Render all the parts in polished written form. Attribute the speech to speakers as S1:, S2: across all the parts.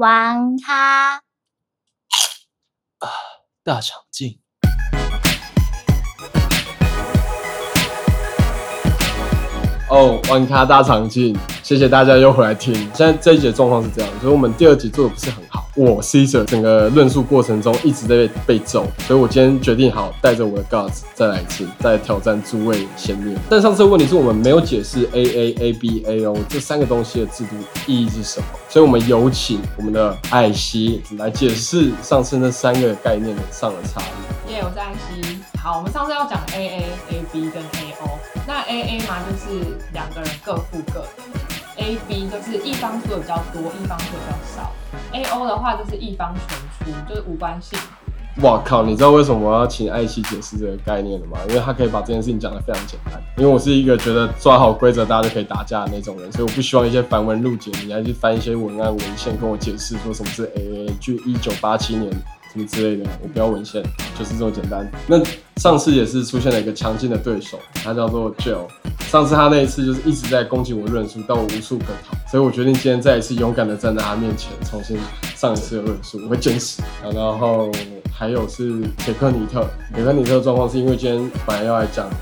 S1: 玩咖
S2: 大场径。玩咖大场径，谢谢大家又回来听。现在这一集的状况是这样，所以我们第二集做的不是很好。我 Caesar 整个论述过程中一直在被揍，所以我今天决定好带着我的 guts 再来一次，再挑战诸位先烈。但上次的问题是我们没有解释 AA、AB、AO 这三个东西的制度意义是什么，所以我们有请我们的艾希来解释上次那三个概念上的差异。
S3: 我是艾希。好，我们上次要讲 AA、AB 跟 AO。那 AA 嘛，就是两个人各付各的。AB 就是一方出的比较多，一方出的比较少。AO 的话就是一方全出，就是无关性。
S2: 哇靠！你知道为什么我要请艾希解释这个概念了吗？因为他可以把这件事情讲得非常简单。因为我是一个觉得抓好规则大家就可以打架的那种人，所以我不希望一些繁文缛节，你还去翻一些文案文献跟我解释说什么是 AA， 据1987年什么之类的，我不要文献，就是这么简单。那上次也是出现了一个强劲的对手，他叫做 Jill。上次他那一次就是一直在攻击我论述，但我无处可逃，所以我决定今天再一次勇敢的站在他面前，重新上一次的论述，我会坚持。然后还有是铁克尼特，铁克尼特的状况是因为今天本来要来讲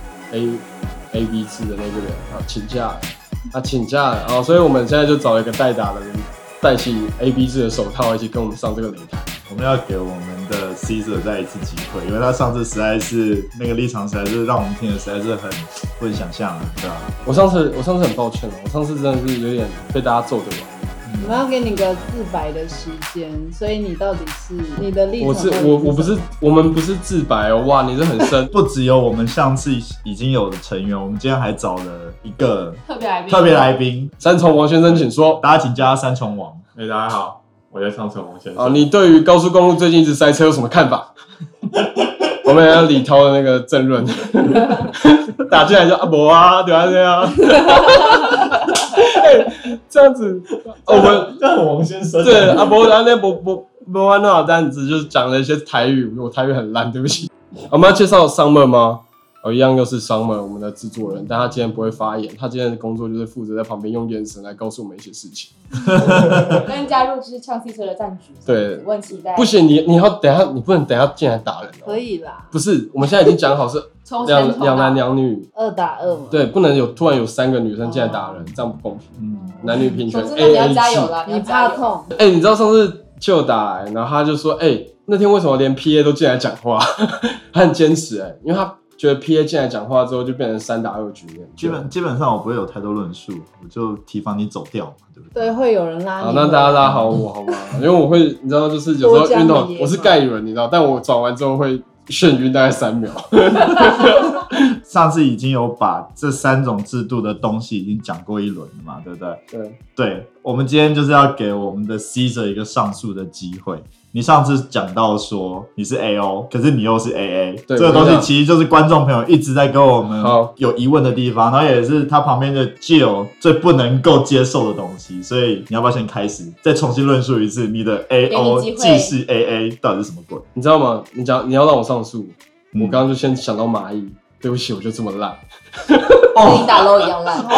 S2: A、B 制的那个人请假了，他请假了，然后所以我们现在就找了一个代打的人，戴起 A、B 制的手套，一起跟我们上这个擂台。
S4: 我们要给我们的 Caesar 再一次机会，因为他上次实在是那个立场，实在是让我们听的实在是很不能想象，对吧？
S2: 我上次很抱歉了，我上次真的是有点被大家揍的完。
S5: 我们要给你个自白的时间，所以你到底是你的立场？
S2: 我们不是自白哦，哇，你这很深。
S4: 不只有我们上次已经有的成员，我们今天还找了一个
S3: 特别来宾，
S2: 三重王先生，请说。
S4: 大家请叫他三重王。
S6: 大家好，我叫三重王先生。
S2: 你对于高速公路最近一直塞车有什么看法？我们要李涛的那个政论，打进来就没啊，对啊对啊。这样子，我们
S4: 这很王先生。
S2: 对啊，不然那不玩那这样子，就是讲了一些台语，我台语很烂，对不起。我们要介绍 Summer 吗？一样又是 Summer， 我们的制作人，但他今天不会发言，他今天的工作就是负责在旁边用眼神来告诉我们一些事情。
S7: 跟加入就是唱 Caesar 的战局，
S2: 对，
S7: 我很期待。
S2: 不行，你要等一下，你不能等一下进来打人。
S5: 可以啦，
S2: 不是，我们现在已经讲好是两男两女
S5: ，2打2嘛。
S2: 对，不能突然有3个女生进来打人，这样不公平。男女平权。
S7: 总之你要加油啦，
S5: 你怕痛。
S2: 你知道上次就打然后他就说，那天为什么连 PA 都进来讲话？他很坚持因为他觉得 PA 进来讲话之后就变成3打2局面。基
S4: 本上我不会有太多论述，我就提防你走掉嘛，对不对？
S5: 对，会有人拉你。
S2: 好，那大家拉好我好吗？因为我会，你知道，就是有时候运动，我是盖伦，你知道，但我转完之后会眩晕大概3秒。
S4: 上次已经有把这3种制度的东西已经讲过一轮了嘛，对不对？对，我们今天就是要给我们的 Caesar 一个上诉的机会。你上次讲到说你是 AO， 可是你又是 AA， 这个东西其实就是观众朋友一直在跟我们有疑问的地方，然后也是他旁边的 Jill 最不能够接受的东西，所以你要不要先开始，再重新论述一次你的 AO 既是 AA 到底是什么鬼？你
S2: 知道吗？你要让我上诉，我刚刚就先想到蚂蚁，对不起，我就这么烂，
S7: 跟你打 low 一样烂。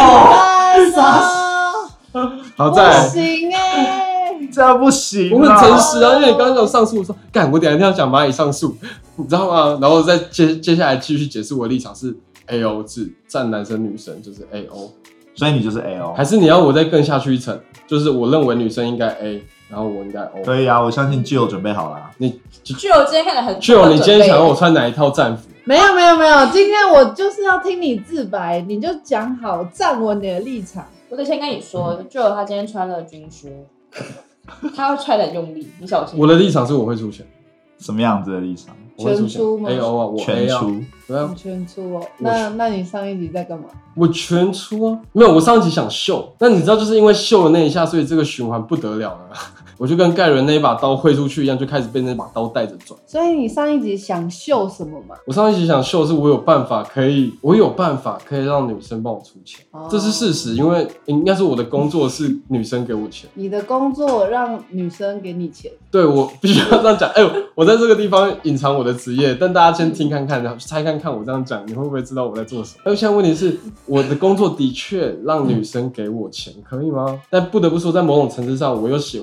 S2: 好，再来。
S5: 不行
S4: 这样不行，
S2: 我很诚实啊，因为你刚刚讲上诉，我说干，我等一下一定要讲蚂蚁上诉，你知道吗？然后再接下来继续解释我的立场是 AO 制，占男生女生就是 AO，
S4: 所以你就是 AO，
S2: 还是你要我再更下去一层，就是我认为女生应该 A， 然后我应该 O。
S4: 可以啊，我相信 Jill 准备好了。
S7: Jill 今天看得很
S2: Jill，你今天想要我穿哪一套战服？
S5: 没有，今天我就是要听你自白，你就讲好站稳你的立场。
S7: 我得先跟你说，Jill 他今天穿了军靴。他会踹得很用力，你小心。
S2: 我的立场是我会出钱，
S4: 什么样子的立场？
S5: 全出吗
S2: ？AO 啊，我 A
S4: 全出。
S2: 对啊，
S5: 全出哦。那你上一集在干嘛？
S2: 我全出啊，没有，我上一集想秀，但你知道，就是因为秀的那一下，所以这个循环不得了了。我就跟盖伦那一把刀挥出去一样，就开始被那把刀带着转。
S5: 所以你上一集想秀什么嘛？
S2: 我上一集想秀的是我有办法可以让女生帮我出钱，这是事实，因为应该是我的工作是女生给我钱。
S5: 你的工作让女生给你钱？
S2: 对，我必须要这样讲。我在这个地方隐藏我的职业，但大家先听看看，然后猜看看我这样讲，你会不会知道我在做什么？现在问题是，我的工作的确让女生给我钱，可以吗？但不得不说，在某种程度上，我又喜欢把这些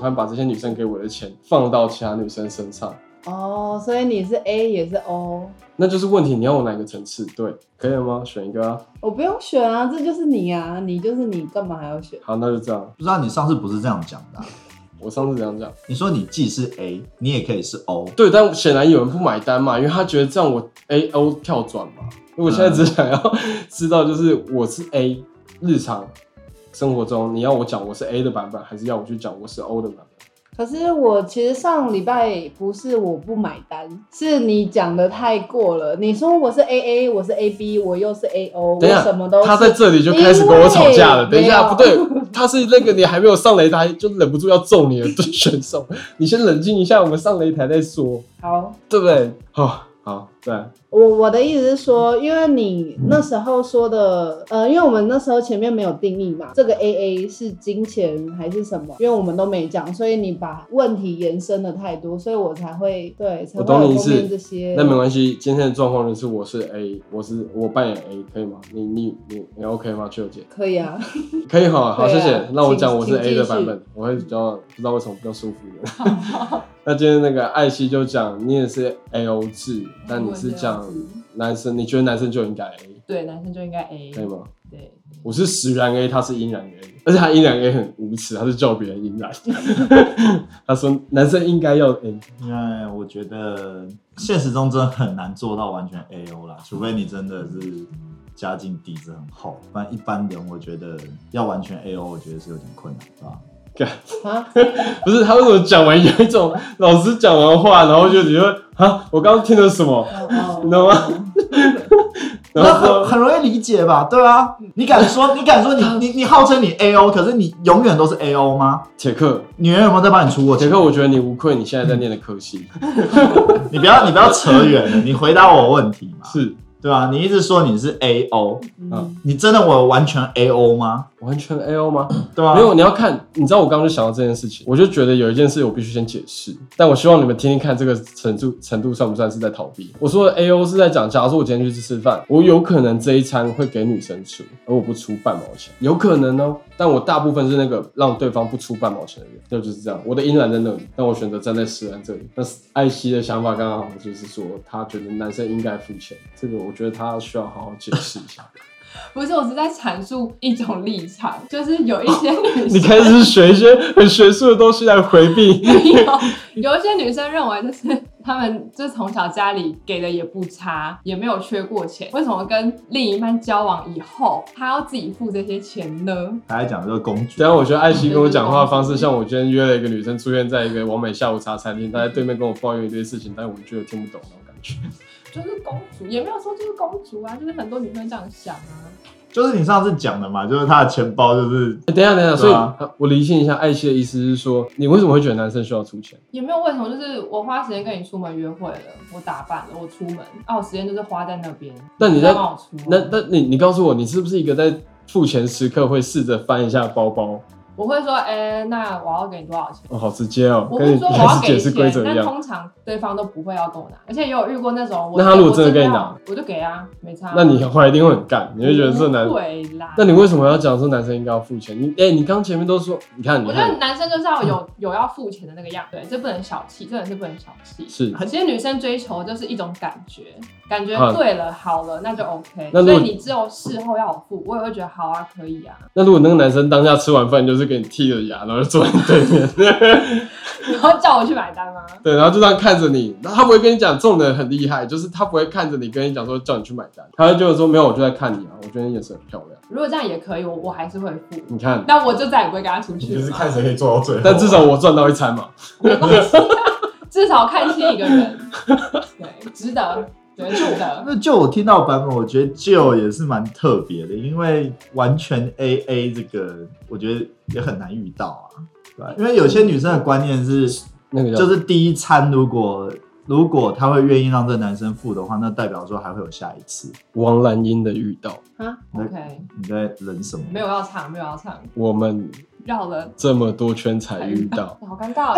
S2: 女生给我的钱放到其他女生身上。
S5: 哦，所以你是 A 也是 O，
S2: 那就是问题，你要我哪个层次？对，可以了吗？选一个啊。
S5: 我不用选啊，这就是你啊，你就是你，干嘛还要选？
S2: 好，那就这样。
S4: 不知道你上次不是这样讲的、啊？
S2: 我上次这样讲，
S4: 你说你既是 A， 你也可以是 O。
S2: 对，但显然有人不买单嘛，因为他觉得这样我 A、O 跳转嘛。我现在只想要知道，就是我是 A， 日常生活中你要我讲我是 A 的版本，还是要我去讲我是 O 的版本？
S5: 可是我其实上礼拜不是我不买单，是你讲的太过了。你说我是 AA， 我是 AB， 我又是 AO，
S2: 等一下，
S5: 我什么都是。
S2: 他在这里就开始跟我吵架了。等一下，不对，他是那个你还没有上擂台就忍不住要揍你的选手，你先冷静一下，我们上擂台再说。
S5: 好，
S2: 对不对？好，对。
S5: 我的意思是说，因为你那时候说的，因为我们那时候前面没有定义嘛，这个 AA 是金钱还是什么，因为我们都没讲，所以你把问题延伸的太多，所以我才会对，才会有后面这些。
S2: 那没关系，今天的状况就是我是 A， 我扮演 A， 可以吗？你 OK 吗？秋姐
S5: 可以啊，
S2: 可以好，谢谢。那我讲我是 A 的版
S5: 请
S2: 本，我会比较不知道为什么比较舒服一点。那今天那个艾希就讲你也是 AO 制，但你是讲男生，你觉得男生就应该 A？
S3: 对，男生就应该 A，
S2: 可以吗？
S3: 对，
S2: 我是实然 A， 他是阴然 A， 而且他阴然 A 很无耻，他是叫别人阴然。他说男生应该要 A，
S4: 因为我觉得现实中真的很难做到完全 AO 啦，除非你真的是家境底子很厚，不然一般人我觉得要完全 AO， 我觉得是有点困难，对吧？
S2: 不是他为什么讲完有一种老师讲完话，然后就你说啊，我刚刚听了什么，你知道吗？
S4: 然后很容易理解吧，对啊，你敢说你号称你 AO， 可是你永远都是 AO 吗？
S2: 铁克，
S4: 女人有没有在帮你出过钱？
S2: 铁克，我觉得你无愧你现在在念的科系。
S4: 你不要扯远了，你回答我问题嘛。
S2: 是。
S4: 对啊，你一直说你是 AO，你真的我完全 AO 吗？
S2: 完全 AO 吗？
S4: 对啊，
S2: 没有，你要看，你知道我刚刚就想到这件事情，我就觉得有一件事我必须先解释，但我希望你们听听看这个程度算不算是在逃避。我说的 AO 是在讲，假如说我今天去吃饭，我有可能这一餐会给女生出，而我不出半毛钱，有可能哦，但我大部分是那个让对方不出半毛钱的人，就是这样。我的阴然在那里，但我选择站在实然这里。那艾希的想法刚刚好就是说，他觉得男生应该付钱，这个我觉得他需要好好解释一下。
S3: 不是，我是在阐述一种立场，就是有一些女生，
S2: 你开始学一些很学术的东西来回避。
S3: 有一些女生认为，就是他们就是从小家里给的也不差，也没有缺过钱，为什么跟另一半交往以后，他要自己付这些钱呢？
S4: 他在讲这个公主。
S2: 等一下，我觉得艾希跟我讲话的方式，像我今天约了一个女生出现在一个完美下午茶餐厅，她在对面跟我抱怨一堆事情，但是我觉得听不懂那种感觉。
S3: 就是公主，也没有说就是公主啊，就是很多女生这样想啊。
S4: 就是你上次讲的嘛，就是他的钱包就是。
S2: 等一下，所以我厘清一下，艾希的意思是说，你为什么会觉得男生需要出钱？
S3: 也没有为什么，就是我花时间跟你出门约会了，我打扮了，我出门，我时间就是花在那边。
S2: 那你在
S3: 帮我出？
S2: 那你告诉我，你是不是一个在付钱时刻会试着翻一下包包？
S3: 我会说，那我要给你多少钱？
S2: 哦，好直接哦，
S3: 我会说我要给钱，但
S2: 样。
S3: 通常对方都不会要跟我拿，而且也有遇过那种，
S2: 那他如果真的跟你拿，
S3: 我就给啊，没差。
S2: 那你后来一定会很干，你会觉得这男，
S3: 会啦。
S2: 那你为什么要讲说男生应该要付钱？你刚前面都说，你看，
S3: 我觉得男生就是要有要付钱的那个样，对，这不能小气，真的是不能小气。
S2: 是，
S3: 其实女生追求就是一种感觉对了，好了，那就 OK。所以你只有事后要我付，我也会觉得好啊，可以啊。
S2: 那如果那个男生当下吃完饭就是给你剔了牙，然后就坐在你对面，
S3: 然后叫我去买单吗？
S2: 对，然后就这样看着你，然后他不会跟你讲，这种人很厉害，就是他不会看着你跟你讲说叫你去买单，他就说没有，我就在看你啊，我觉得你眼神很漂亮。
S3: 如果这样也可以，我还是会付。
S2: 你看，
S3: 那我就再也不会跟他出去了。
S6: 就是看谁可以做到最后。
S2: 但至少我赚到一餐嘛。
S3: 没关系啊，至少看清一个人，对，值得。
S4: 那就我听到版本，我觉得就也是蛮特别的，因为完全 AA 这个，我觉得也很难遇到啊，对吧？因为有些女生的观念是，就是第一餐如果她会愿意让这个男生付的话，那代表说还会有下一次。
S2: 王蓝英的遇到
S3: 啊 ，OK，
S4: 你在忍什么？
S3: 没有要唱，没有要唱，
S2: 我们
S3: 绕了
S2: 这么多圈才遇到，
S3: 好尴尬。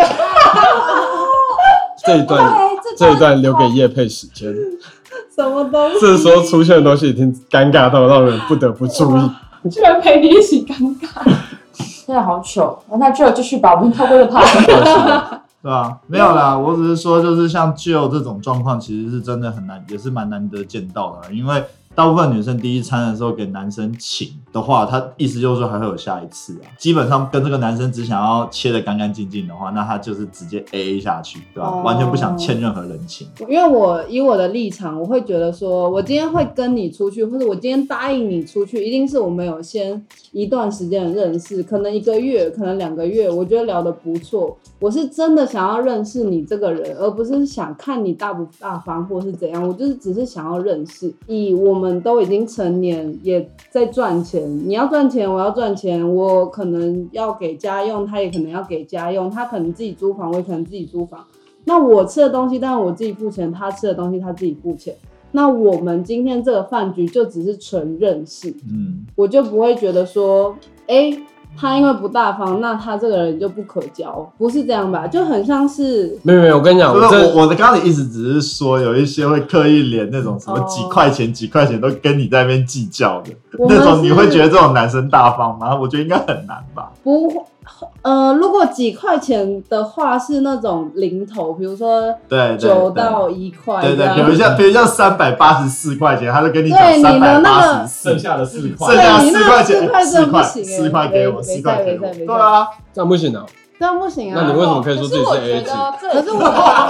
S2: 这一段留给业配时间。
S5: 什么东西？
S2: 这时候出现的东西已经尴尬到让人不得不注意。
S3: 居然陪你一起尴尬。
S7: 真的好糗。那就继续吧，我们跳过这趴。
S4: 对吧？没有啦，我只是说，就是像 Jill 这种状况，其实是真的很难，也是蛮难得见到的。因为大部分女生第一餐的时候给男生请的话，他意思就是说还会有下一次啊。基本上跟这个男生只想要切得干干净净的话，那他就是直接 AA 下去，对吧？完全不想欠任何人情。
S5: 因为以我的立场，我会觉得说，我今天会跟你出去，或者我今天答应你出去，一定是我们有先一段时间的认识，可能1个月，可能2个月，我觉得聊得不错。我是真的想要认识你这个人，而不是想看你大不大方或是怎样。我就是只是想要认识。我们都已经成年，也在赚钱。你要赚钱，我要赚钱。我可能要给家用，他也可能要给家用。他可能自己租房，我也可能自己租房。那我吃的东西，当然我自己付钱；他吃的东西，他自己付钱。那我们今天这个饭局就只是纯认识，我就不会觉得说，他因为不大方，那他这个人就不可交，不是这样吧？就很像是
S2: 没有，我跟你讲，
S4: 我的刚刚的意思只是说，有一些会刻意连那种什么几块钱都跟你在那边计较的那种，你会觉得这种男生大方吗？我觉得应该很难吧。
S5: 不会。如果几块钱的话是那种零头，比如说9到1块，
S4: 对，比如像384块钱，他就跟你讲384，
S6: 剩下的4块，
S4: 剩下4块钱
S5: ，4
S4: 块给我，4块给我，对啊，
S2: 这样不行啊。
S5: 这样不行啊！
S2: 那你为什么可以说自己是 AA 制？
S5: 可是我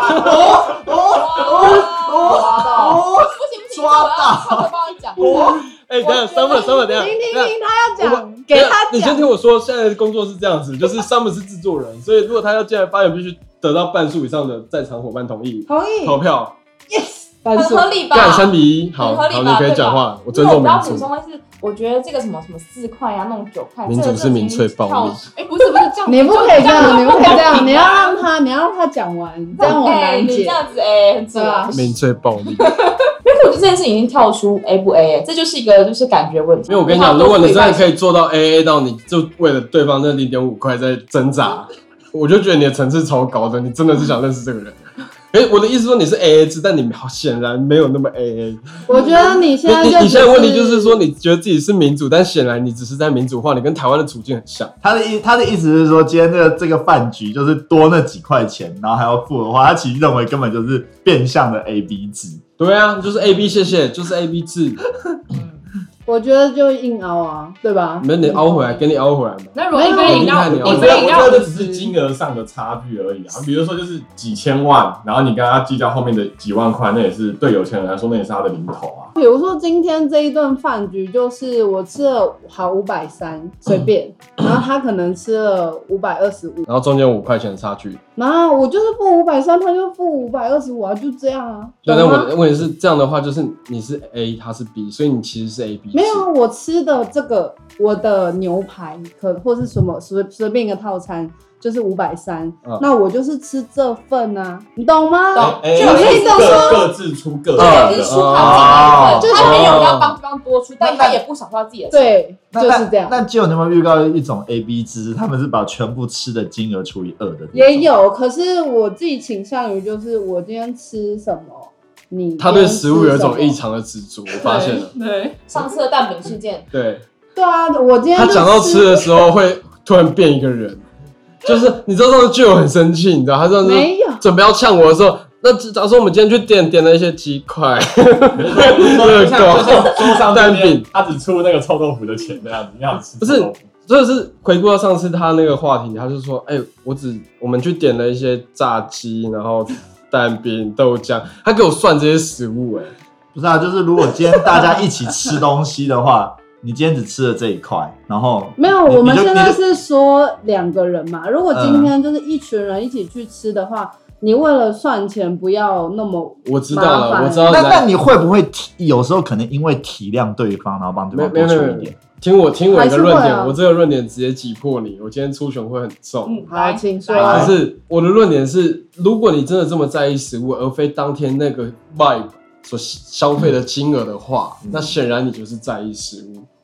S7: 抓到，帮你讲。
S2: 等一下 ，Summer， 等一下，
S5: 听，他要讲，给他讲。
S2: 你先听我说，现在的工作是这样子，就是 Summer 是制作人，所以如果他要进来发言，必须得到半数以上的在场伙伴同意投票。
S5: Yes，
S7: 很合理吧？
S2: 干3-1，好，你可以讲话，我尊重民主。
S7: 我要补充的是，我觉得这个什么4块啊，那种9块，
S2: 民主是民粹暴力。
S7: 不是这样，
S5: 你不可以这样，你要让他讲完，这样我难解。
S7: 你这样子很自然。
S2: 民粹暴力。
S7: 因为我觉得这件事情已经跳出 A 不 A， 这就是一个就是感觉问题。
S2: 因为我跟你讲，如果你真的可以做到 AA 到你就为了对方那0.5块在挣扎，我就觉得你的层次超高的，你真的是想认识这个人。我的意思说你是 AA 制，但你显然没有那么 AA。
S5: 我觉得你现在
S2: 你现在问题就是说，你觉得自己是民主，但显然你只是在民主化，你跟台湾的处境很像。
S4: 他的意思是说，今天这个饭局就是多那几块钱，然后还要付的话，他其实认为根本就是变相的 AB 制。
S2: 对啊，就是 AB， 谢谢，就是 AB 制。
S5: 我觉得就硬凹啊，对吧？
S2: 没你凹回来，给你凹回来嘛。
S3: 那如果一杯饮料，
S6: 我觉得这只是金额上的差距而已啊。比如说就是几千万，然后你跟他计较后面的几万块，那也是对有钱人来说，那也是他的零头啊。
S5: 比如说今天这一顿饭局，就是我吃了好530，随便，然后他可能吃了525，
S2: 然后中间5块钱的差距，
S5: 然后我就是付530，他就付525啊，就这样啊。
S2: 对，但我的问题是这样的话，就是你是 A， 他是 B， 所以你其实是 AB。
S5: 没有，我吃的这个我的牛排或是什么随便一个套餐。就是530，那我就是吃这份啊，你懂吗？
S7: 懂，
S6: 就是各自出各自的，
S7: 就是出他自己的份，就是他没有要帮对方多出，但他也不少他自己的。
S5: 对，就是这样。
S4: 那Jill有没有预告一种 AB 制？他们是把全部吃的金额除以2的？
S5: 也有，可是我自己倾向于就是我今天吃什么，
S2: 他对食物有一种异常的执着，我发现了。
S3: 对，
S7: 上次的蛋饼事件。
S2: 对
S5: 啊，我今天
S2: 他讲到吃的时候会突然变一个人。就是你知道，上次就很生气，你知道，他上次准备要呛我的时候，那假如说我们今天去点了一些鸡块、热狗、
S6: 桌上
S2: 蛋饼，
S6: 他只出那个臭豆腐的钱那样子，你想吃
S2: 不是？就是回顾到上次他那个话题，他就说，我们去点了一些炸鸡，然后蛋饼、豆浆，他给我算这些食物，
S4: 不是啊，就是如果今天大家一起吃东西的话。你今天只吃了这一块，然后
S5: 没有，我们现在是说2个人嘛。如果今天就是一群人一起去吃的话，你为了算钱不要那么
S2: 我知道了，我知道。
S4: 那你会不会有时候可能因为体谅对方，然后帮对方多出一点？
S2: 听我一个论点，我这个论点直接击破你。我今天出拳会很重。
S5: 好，请说。
S2: 就是我的论点是，如果你真的这么在意食物，而非当天那个 vibe 所消费的金额的话，那显然你就是在意食物。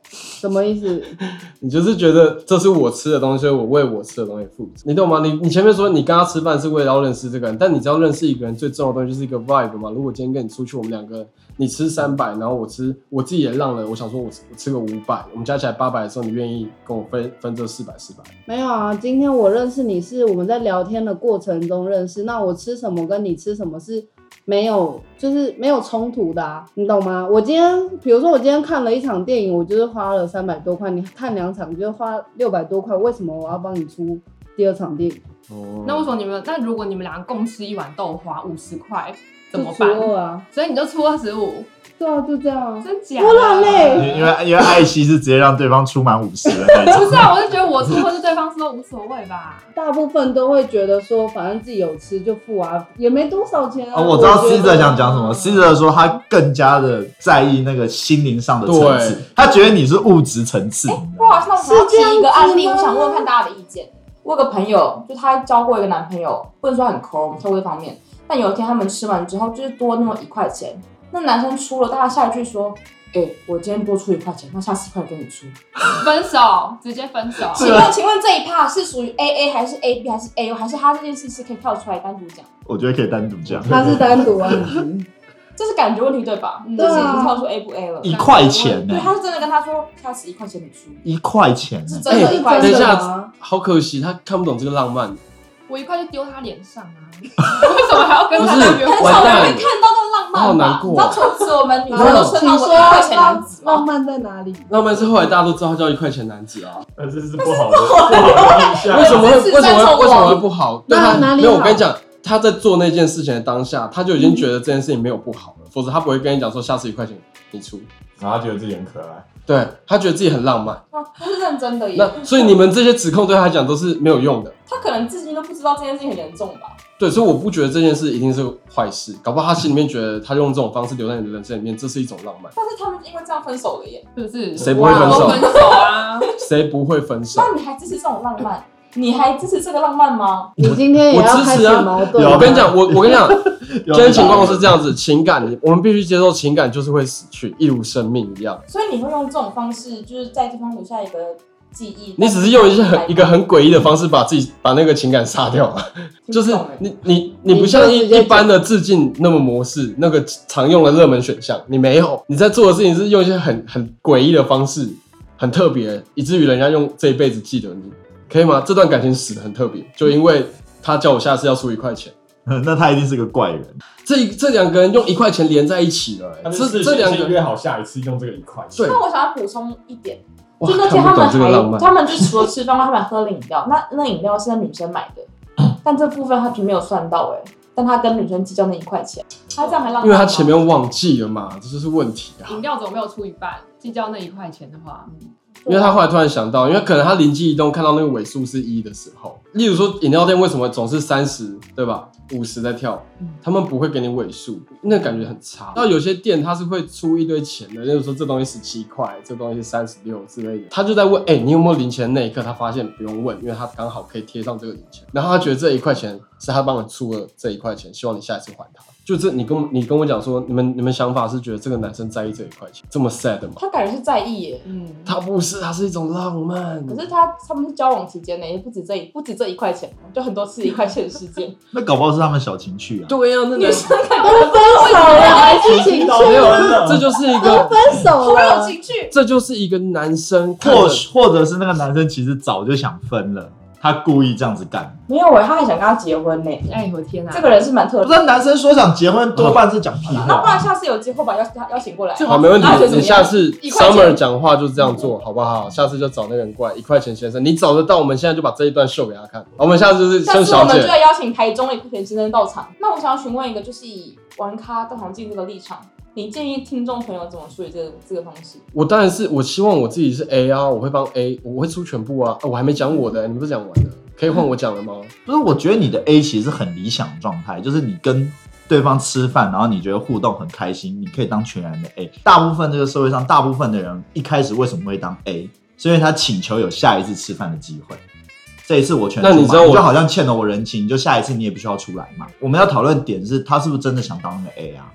S5: 什么意思？
S2: 你就是觉得这是我吃的东西，所以我为我吃的东西负责，你懂吗？你前面说你跟他吃饭是为了要认识这个人，但你只要认识一个人，最重要的东西就是一个 vibe 嘛。如果今天跟你出去，我们两个你吃300，然后我自己也让了，我想说我吃个500，我们加起来800的时候，你愿意跟我分这400？
S5: 没有啊，今天我认识你是我们在聊天的过程中认识，那我吃什么跟你吃什么是没有，就是没有冲突的啊，你懂吗？比如说我今天看了一场电影，我就是花了300多块，你看2场就花600多块，为什么我要帮你出第2场电影？
S3: 那为什么那如果你们两个共吃一碗豆花50块怎么
S5: 就
S3: 办？
S5: 除2啊，
S3: 所以你就出25，
S5: 对啊，就这样啊。
S3: 真假的？
S5: 不然嘞，
S4: 因为艾希是直接让对方出满50的那种。
S3: 不是啊，我就觉得我出或是对方出都无所谓吧。
S5: 大部分都会觉得说，反正自己有吃就付啊，也没多少钱啊。
S4: 我知道 Caesar 想讲什么。Caesar 说他更加的在意那个心灵上的层次，他觉得你是物质层次。
S7: 哇，那我想要提一个案例，我想问问看大家的意见。我有个朋友，就他交过一个男朋友，不能说很抠，透过这方面。但有一天他们吃完之后，就是多那么1块钱，那男生出了，大家下一句说：“我今天多出1块钱，那下4块给你出。”
S3: 分手，直接分手。
S7: 请问这一 part 是属于 AA 还是 AB 还是 AO， 还是他这件事是可以跳出来单独讲？
S4: 我觉得可以单独讲。
S5: 他是单独啊，
S7: 这是感觉问题对吧？
S5: 对啊，
S7: 这已经跳出 A 不 A 了。
S4: 1块钱呢？
S7: 对，他是真的跟他说，下次1块钱你出。
S4: 1块钱
S7: 是真的1块钱。
S2: 等一下，好可惜，他看不懂这个浪漫。
S3: 我1块就丢他脸上啊！为什么还要跟他约会？
S7: 很少人会看到那浪漫吧？
S2: 好难过。
S7: 你知道从此我们女生都称他为1块钱男子吗？
S5: 浪漫在哪里？
S2: 浪漫是后来大家都知道他叫1块钱男子啊。
S6: 这是不好的印象。
S2: 为什么会不好？对他
S5: 哪里好？
S2: 没有，我跟你讲，他在做那件事情的当下，他就已经觉得这件事情没有不好了，否则他不会跟你讲说下次1块钱你出。
S6: 然后他觉得自己很可爱。
S2: 对，他觉得自己很浪漫。
S7: 他是认真的耶。
S2: 那所以你们这些指控对他来讲都是没有用的。
S7: 他可能自己都不知道这件事情很严重吧？
S2: 对，所以我不觉得这件事一定是坏事，搞不好他心里面觉得他用这种方式留在你的人生里面，这是一种浪漫。
S7: 但是他们因为这样分手了耶，
S3: 是不是？
S2: 谁不会分手？
S3: 分手啊！
S2: 谁不会分手？
S7: 那你还支持这种浪漫？你还支持这个浪漫吗？
S5: 你今天也要开始矛盾。
S2: 我跟你讲，我跟你讲，今天情况是这样子，情感我们必须接受，情感就是会死去，一如生命一样。
S7: 所以你会用这种方式，就是在对方留下一个记忆。
S2: 你只是用一个很诡异的方式把那个情感杀掉了，就是你不像一般的致敬那么模式，那个常用的热门选项，你没有，你在做的事情是用一些很诡异的方式，很特别，以至于人家用这一辈子记得你。可以吗？这段感情死得很特别，就因为他叫我下次要出1块钱，
S4: 那他一定是个怪人。
S2: 这两个人用1块钱连在一起了，
S6: 这两个约好下一次用这个1块钱。
S7: 那我想要补充一点，就那天他们就除了吃饭，他们还喝了饮料，那饮料是那女生买的，但这部分他就没有算到但他跟女生计较那1块钱，他这样还浪漫吗？
S2: 因为他前面忘记了嘛，这就是问题啊。
S3: 饮料怎么没有出一半？计较那1块钱的话。
S2: 因为他后来突然想到，因为可能他灵机一动，看到那个尾数是1的时候，例如说饮料店为什么总是30，对吧？50在跳，他们不会给你尾数，那感觉很差。到有些店他是会出一堆钱的，例如说这东西17块，这东西36之类的，他就在问，你有没有零钱？那一刻他发现不用问，因为他刚好可以贴上这个零钱，然后他觉得这1块钱是他帮你出了这1块钱，希望你下一次还他。就是你跟我讲说，你们想法是觉得这个男生在意这1块钱，这么 sad 吗？
S7: 他感觉是在意耶，
S2: 他不是，他是一种浪漫。
S7: 可是他们是交往期间呢，也不止这1块钱，就很多次1块钱的事件。
S4: 那搞不好是他们小情趣啊。
S2: 对啊，那
S7: 女生感觉
S5: 分手了还是情趣？
S2: 没有，这就是一个
S5: 分手了，
S7: 有情趣。
S2: 这就是一个男生，
S4: 或者是那个男生其实早就想分了。他故意这样子干，
S7: 没有他还想跟他结婚呢。
S3: 我天哪，
S7: 这个人是蛮特别。
S4: 不是男生说想结婚，多半是讲屁话。
S7: 那不然下次有机会把邀请过来。
S2: 好，没问题。你下次 Summer 讲话就这样做，好不好？下次就找那个人过来，1块钱先生，你找得到？我们现在就把这一段秀给他看。我们下次就是像小姐，
S7: 下次我们就要邀请台中的1块钱先生到场。那我想要询问一个，就是以玩咖到场进这个立场。你建议听众朋友怎么处理这个方式？
S2: 我当然是，我希望我自己是 A 啊，我会帮 A， 我会出全部啊。我还没讲我的，你们不是讲完了？可以换我讲了吗？
S4: 不是，我觉得你的 A 其实是很理想的状态，就是你跟对方吃饭，然后你觉得互动很开心，你可以当全然的 A。大部分这个社会上，大部分的人一开始为什么会当 A？ 是因为他请求有下一次吃饭的机会。这一次我全出嘛，
S2: 那你知道我
S4: 就好像欠了我人情，就下一次你也必须要出来嘛。我们要讨论点是他是不是真的想当那个 A 啊？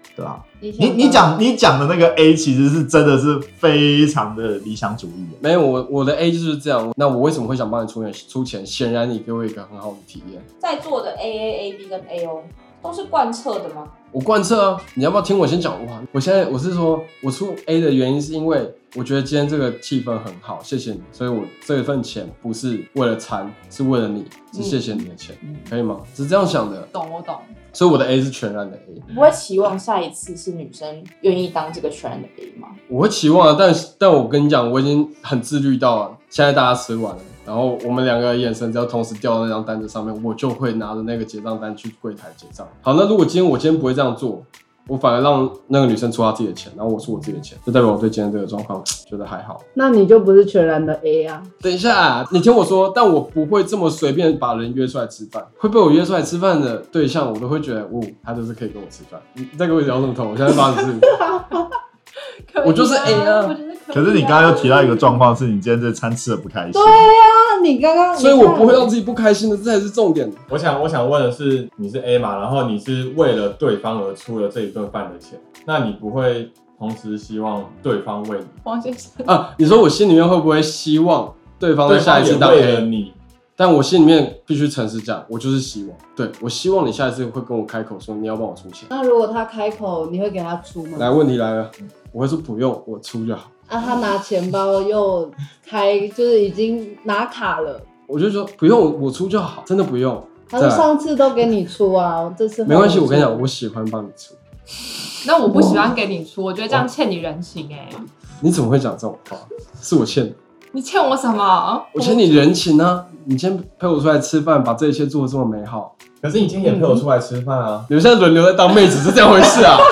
S4: 对吧？你讲的那个 A 其实是真的是非常的理想主义。
S2: 没有，我的 A 就是这样。那我为什么会想帮你出钱？显然你给我一个很好的体验。
S7: 在座的 AA、AB 跟 AO 都是贯彻的吗？
S2: 我贯彻啊！你要不要听我先讲？哇，我是说我出 A 的原因是因为我觉得今天这个气氛很好，谢谢你，所以我这份钱不是为了餐，是为了你，是谢谢你的钱，可以吗？是这样想的。
S3: 懂，我懂。
S2: 所以我的 A 是全然的 A。
S7: 不会期望下一次是女生愿意当这个全然的 A 吗？
S2: 我会期望啊，但我跟你讲，我已经很自律到了，现在大家吃完了，然后我们两个眼神只要同时掉到那张单子上面，我就会拿着那个结账单去柜台结账。好，那如果今天不会这样做，我反而让那个女生出她自己的钱，然后我出我自己的钱，就代表我对今天这个状况觉得还好。
S5: 那你就不是全然的 A 啊？
S2: 等一下，你听我说，但我不会这么随便把人约出来吃饭。会被我约出来吃饭的对象，我都会觉得，他就是可以跟我吃饭。你再给我聊什么头？我现在84。我就是 A 啊。
S4: 可是你刚刚又提到一个状况，是你今天这餐吃的不开心。
S5: 对啊，你刚刚，
S2: 所以我不会让自己不开心的，这才是重点。
S6: 我想问的是，你是 A 嘛，然后你是为了对方而出了这一顿饭的钱，那你不会同时希望对方为你？
S3: 王先生
S2: 啊，你说我心里面会不会希望对方在下一次当 A？
S6: 为了你，
S2: 但我心里面必须诚实讲，我就是希望，对，我希望你下一次会跟我开口说你要帮我出钱。
S5: 那如果他开口，你会给他出吗？
S2: 来，问题来了，我会说不用，我出就好。
S5: 啊，他拿钱包又开，就是已经拿卡了。
S2: 我就说不用，我出就好，真的不用。
S5: 他说上次都给你出啊，这次
S2: 没关系，我跟你讲，我喜欢帮你出。
S3: 那我不喜欢给你出，我觉得这样欠你人情
S2: 你怎么会讲这种话？是我欠的。
S3: 你欠我什么？
S2: 我欠你人情啊！你今天陪我出来吃饭，把这一切做得这么美好。
S6: 可是你今天也陪我出来吃饭啊！
S2: 你们现在轮流在当妹子是这样回事啊？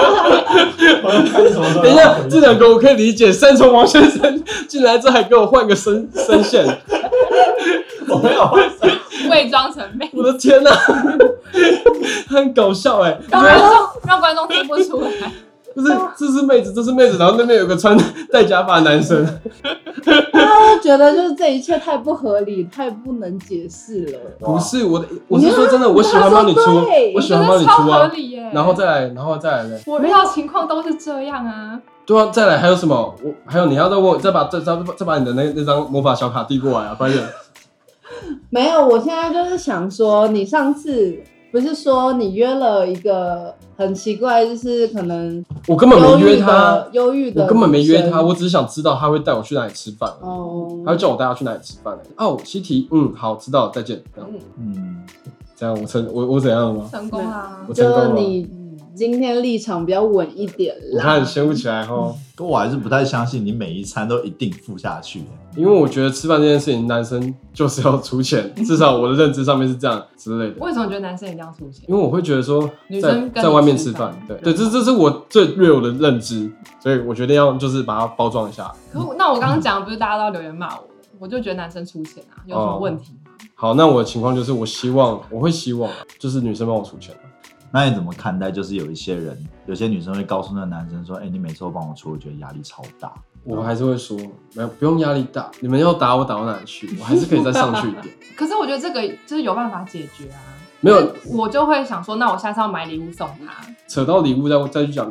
S2: 等一下，这两个我可以理解。三重王先生进来之后还给我换个声线，
S6: 我没有换声，
S3: 伪装成妹子。
S2: 我的天哪，很搞笑哎！
S3: 让观众听不出来。
S2: 不是，这是妹子，这是妹子，然后那边有个穿戴假发的男生。
S5: 他觉得就是这一切太不合理，太不能解释了。
S2: 不是我是说真的，我喜欢帮你出，我喜欢帮你出啊。然后再来呢？
S3: 我遇到情况都是这样啊。
S2: 对啊，再来还有什么？还有你要再问我，再把你的那张魔法小卡递过来啊，快点。
S5: 没有，我现在就是想说，你上次不是说你约了一个很奇怪，就是可能
S2: 我根本没约他，
S5: 忧郁的，
S2: 我根本没约他，我只是想知道他会带我去哪里吃饭，他会叫我带他去哪里吃饭。哦，西提，好，知道，再见。这样我怎样了吗？
S3: 成功啦，
S2: 我成功了。
S5: 就你今天立场比较稳一点啦。
S2: 你看掀不起来哈。
S4: 我还是不太相信你每一餐都一定付下去，
S2: 因为我觉得吃饭这件事情，男生就是要出钱，至少我的认知上面是这样之类的。
S3: 为什么觉得男生一定要出钱？
S2: 因为我会觉得说，
S3: 女生
S2: 在外面吃饭，对，这是我最 real 的认知，所以我决定要就是把它包装一下。
S3: 那我刚刚讲不是大家都要留言骂我，我就觉得男生出钱啊，有什么问题吗？
S2: 好，那我的情况就是我会希望就是女生帮我出钱。
S4: 那你怎么看待？就是有些女生会告诉那个男生说：“你每次都帮我出，我觉得压力超大。”
S2: 我还是会说，不用压力大，你们要打我打到哪里去，我还是可以再上去一点。
S3: 可是我觉得这个就是有办法解决啊。
S2: 没有，
S3: 我就会想说，那我下次要买礼物送他。
S2: 扯到礼物再去讲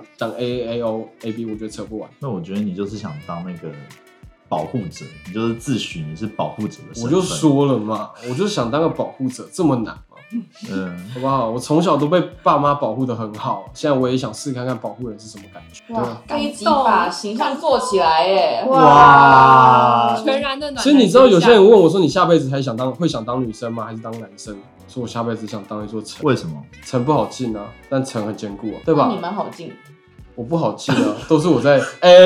S2: AAO、AB， 我觉得扯不完。
S4: 那我觉得你就是想当那个保护者，你就是自诩你是保护者的身份。
S2: 我就说了嘛，我就是想当个保护者，这么难吗？好不好？我从小都被爸妈保护得很好，现在我也想试看看保护人是什么感觉。
S7: 哇，这一集把形象做起来耶！
S5: 哇，
S3: 全然的暖。
S2: 所以你知道有些人问我说，你下辈子会想当女生吗？还是当男生？说我下辈子想当一座城。
S4: 为什么？
S2: 城不好进啊，但城很坚固啊，对吧？
S7: 你蛮好进。
S2: 我不好进啊，都是我在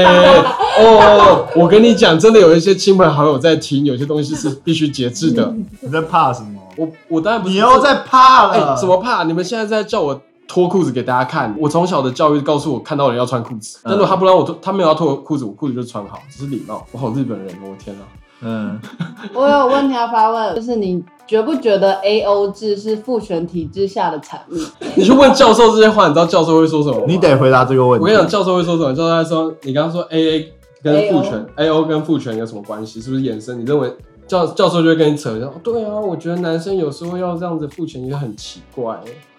S2: 我跟你讲，真的有一些亲朋好友在听，有些东西是必须节制的。
S4: 你在怕什么？
S2: 我当然不是。
S4: 你又在怕了？
S2: 怎么怕？你们现在在叫我脱裤子给大家看？我从小的教育告诉我，看到人要穿裤子。但如果他不让我脱，他没有要脱裤子，我裤子就穿好，这是礼貌。我好日本人，我天啊！
S5: 我有问题要发问，就是你觉不觉得 AO 制是父权体制下的产物？
S2: 你去问教授这些话，你知道教授会说什么吗？
S4: 你得回答这个问题。
S2: 我跟你讲，教授会说什么？教授在说，你刚刚说 AA 跟父权 ，AO 跟父权有什么关系？是不是衍生？你认为教授就会跟你扯一下？对啊，我觉得男生有时候要这样子父权也很奇怪。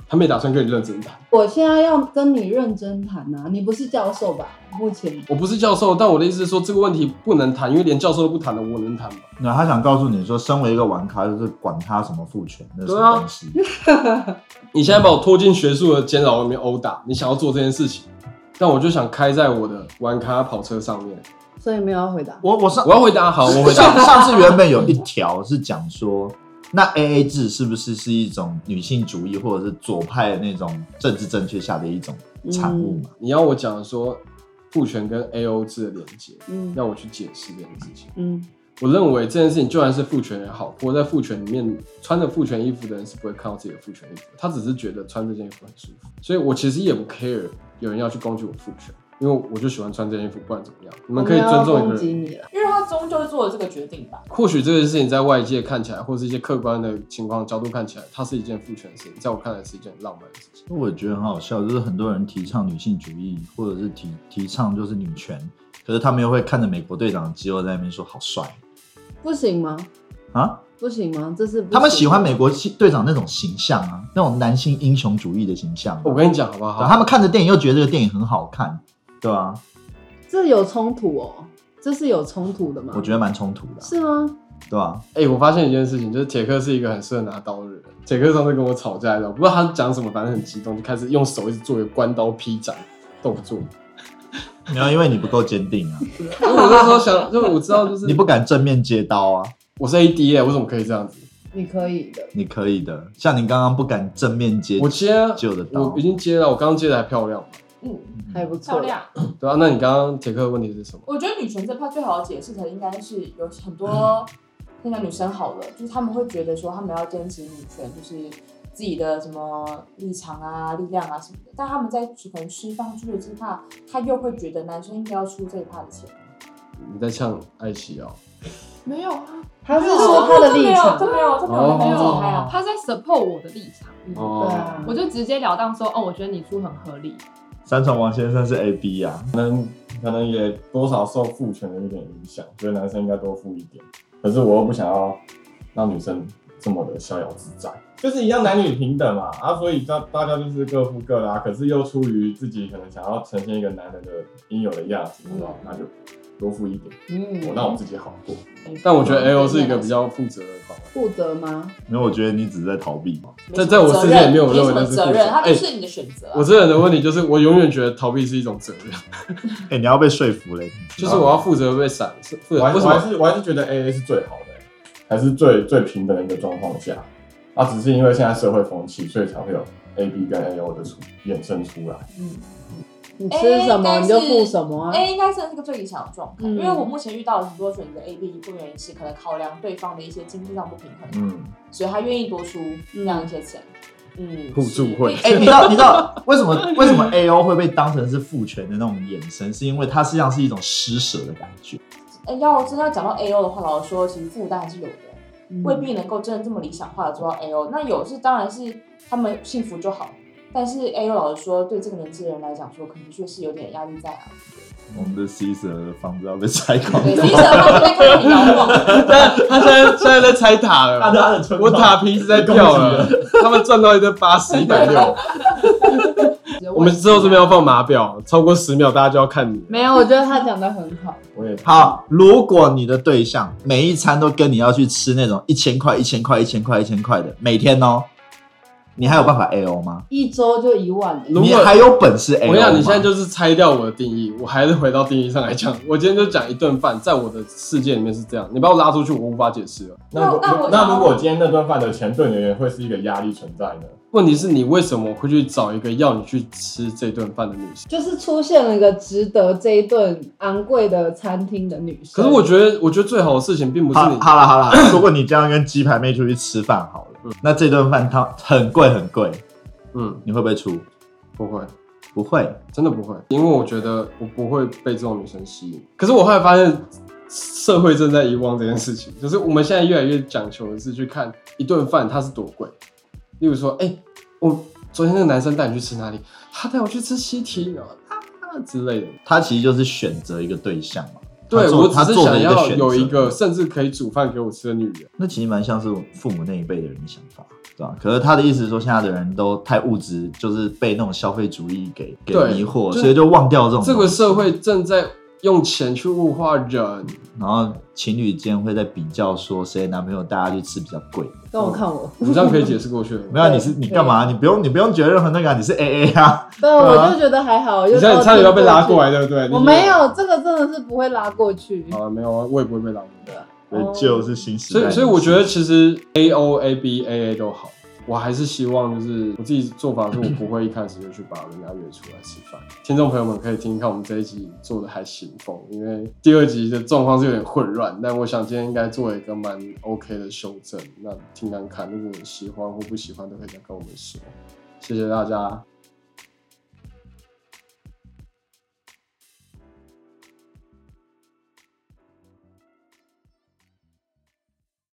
S2: 他没打算跟你认真谈。
S5: 我现在要跟你认真谈啊，你不是教授吧？目前
S2: 我不是教授，但我的意思是说这个问题不能谈，因为连教授都不谈的，我能谈吗？
S4: 那他想告诉你说，身为一个玩咖，就是管他什么父权，那是什么东西？
S2: 你现在把我拖进学术的监牢里面殴打，你想要做这件事情，但我就想开在我的玩咖跑车上面。
S5: 所以没有要回答。
S4: 我
S2: 要回答，好，我回答。
S4: 上次原本有一条是讲说，那 AA 制是不是一种女性主义或者是左派的那种政治正确下的一种产物嘛？
S2: 你要我讲说父权跟 AO 制的连结，要我去解释这件事情。我认为这件事情就算是父权也好，活在父权里面穿着父权衣服的人是不会看到自己的父权衣服，他只是觉得穿这件衣服很舒服。所以我其实也不 care 有人要去攻击我父权，因为我就喜欢穿这件衣服，不然怎么样？你们可以尊重一个人，
S5: 因为
S7: 他终究做了这个决定吧。
S2: 或许这件事情在外界看起来，或是一些客观的情况角度看起来，它是一件父权的事情，在我看来是一件浪漫的事情。
S4: 我觉得很好笑，就是很多人提倡女性主义，或者是提倡就是女权，可是他们又会看着美国队长的肌肉在那边说好帅，
S5: 不行吗？
S4: 啊？
S5: 不行吗？这是不行，
S4: 他们喜欢美国队长那种形象啊，那种男性英雄主义的形象。
S2: 我跟你讲好不好？
S4: 他们看着电影又觉得这个电影很好看，对吧？
S5: 这有冲突哦，这是有冲突的吗？
S4: 我觉得蛮冲突的，
S5: 是吗？
S4: 对吧？
S2: 我发现一件事情，就是铁克是一个很适合拿刀的人。铁克上次跟我吵架，不知道他讲什么，反正很激动，就开始用手一直做一个关刀劈斩动作。
S4: 没有，因为你不够坚定啊。
S2: 我那时候想，就我知道，就是
S4: 你不敢正面接刀啊。
S2: 我是 AD 我怎么可以这样子？
S5: 你可以的，
S4: 你可以的。像你刚刚不敢正面接，
S2: 我接啊，
S4: 救的刀，
S2: 我已经接了，我刚刚接的还漂亮。
S5: 还不错，
S7: 漂亮。
S2: 对啊，那你刚刚铁克的问题是什么？
S7: 我觉得女权这派最好的解释，应该是有很多那个女生好了，就是他们会觉得说他们要坚持女权，就是自己的什么立场啊、力量啊什么的，但他们在可能释放出的这一趴，他又会觉得男生应该要出这一趴的钱。
S2: 你在呛艾希哦？
S3: 没有啊，
S5: 他是说他的立场，
S7: 这没有公开啊，
S3: 他在 support 我的立场。
S5: 对啊，
S3: 我就直截了当说，我觉得你出很合理。
S4: 三重王先生是 AB 啊，
S6: 可能也多少受父权的一点影响，所以男生应该多付一点。可是我又不想要让女生这么的逍遥自在，就是一样男女平等嘛所以大家就是各付各的可是又出于自己可能想要呈现一个男人的应有的样子，那就多付一点，我让我自己好过。
S2: 但我觉得 AO 是一个比较负责的方案。
S5: 负责吗？
S4: 因为我觉得你只是在逃避。
S2: 在我世界里面，我认为那是
S7: 责任，它就是你的选择。
S2: 我这人的问题就是，我永远觉得逃避是一种责任。
S4: 你要被说服嘞，
S2: 就是我要负责被闪，
S6: 我还是觉得 AA 是最好的，还是最平等的一个状况下只是因为现在社会风气，所以才会有 AB 跟 AO 的衍生出来。
S5: 你吃什么你就付什么啊。
S7: A 应该是个最理想的状态，因为我目前遇到很多选择 AB 不原因是可能考量对方的一些经济上不平衡，所以他愿意多出这样一些钱。
S2: 互助会。
S4: 你知道为什么 AO 会被当成是父权的那种衍生？是因为它实际上是一种施舍的感觉。
S7: 要真的讲到 AO 的话，老实说，其实负担还是有的，未必能够真的这么理想化的做到 AO。那有是当然是他们幸福就好。但是 AO 老实说，对这个年纪的人来讲说，可能确实有点压力在
S4: 我们的 Caesar 的房子要被拆光。
S7: 对 ，Caesar 他正在看到你摇晃。
S2: 他现在在拆塔了，我塔皮一直在掉了，他们赚到一个80、160。我们之后这边要放码表，超过10秒大家就要看你。
S5: 没有，我觉得他讲的很好。
S4: 好，如果你的对象每一餐都跟你要去吃那种1000块、1000块、1000块、1000块的，每天你还有办法 AO 吗？
S5: 一周就1万，
S4: 你还有本事 AO 吗？
S2: 我想你现在就是拆掉我的定义，我还是回到定义上来讲。我今天就讲一顿饭，在我的世界里面是这样，你把我拉出去，我无法解释了。
S6: 那如果今天那顿饭的钱对你而言会是一个压力存在呢？
S2: 问题是你为什么会去找一个要你去吃这顿饭的女生？
S5: 就是出现了一个值得这一顿昂贵的餐厅的女生。
S2: 可是我觉得最好的事情并不是你。
S4: 好了，如果你这样跟鸡排妹出去吃饭好了，那这顿饭它很贵，你会不会出？不会，
S2: 真的不会，因为我觉得我不会被这种女生吸引。可是我后来发现，社会正在遗忘这件事情，就是我们现在越来越讲求的是去看一顿饭它是多贵。例如说，我昨天那个男生带你去吃哪里？他带我去吃西提之类的。
S4: 他其实就是选择一个对象嘛。
S2: 对我只是
S4: 做
S2: 想要有一
S4: 个
S2: 个甚至可以煮饭给我吃的女人。
S4: 那其实蛮像是父母那一辈的人的想法，对吧？可是他的意思是说，现在的人都太物质，就是被那种消费主义给迷惑，所以就忘掉这种。
S2: 这个社会正在用钱去物化人，
S4: 然后情侣间会在比较说谁的男朋友带他去吃比较贵。
S5: 跟我看我，
S2: 你这样可以解释过去了。
S4: 没有，你干嘛？你不用觉得任何那个，你是 AA 啊。
S5: 对，我就觉得还好。
S2: 你现在差点要被拉过来，对不对？
S5: 我没有，这个真的是不会拉过去。
S2: 啊，没有啊，我也不会被拉过去。
S4: 对，就是新时代。
S2: 所以我觉得其实 AO、AB、AA 都好。我还是希望就是我自己做法是，我不会一开始就去把人家约出来吃饭。听众朋友们可以听看我们这一集做的还行风，因为第2集的状况是有点混乱，但我想今天应该做一个蛮 OK 的修正。那听看看，如果你喜欢或不喜欢，都可以再跟我们说。谢谢大家。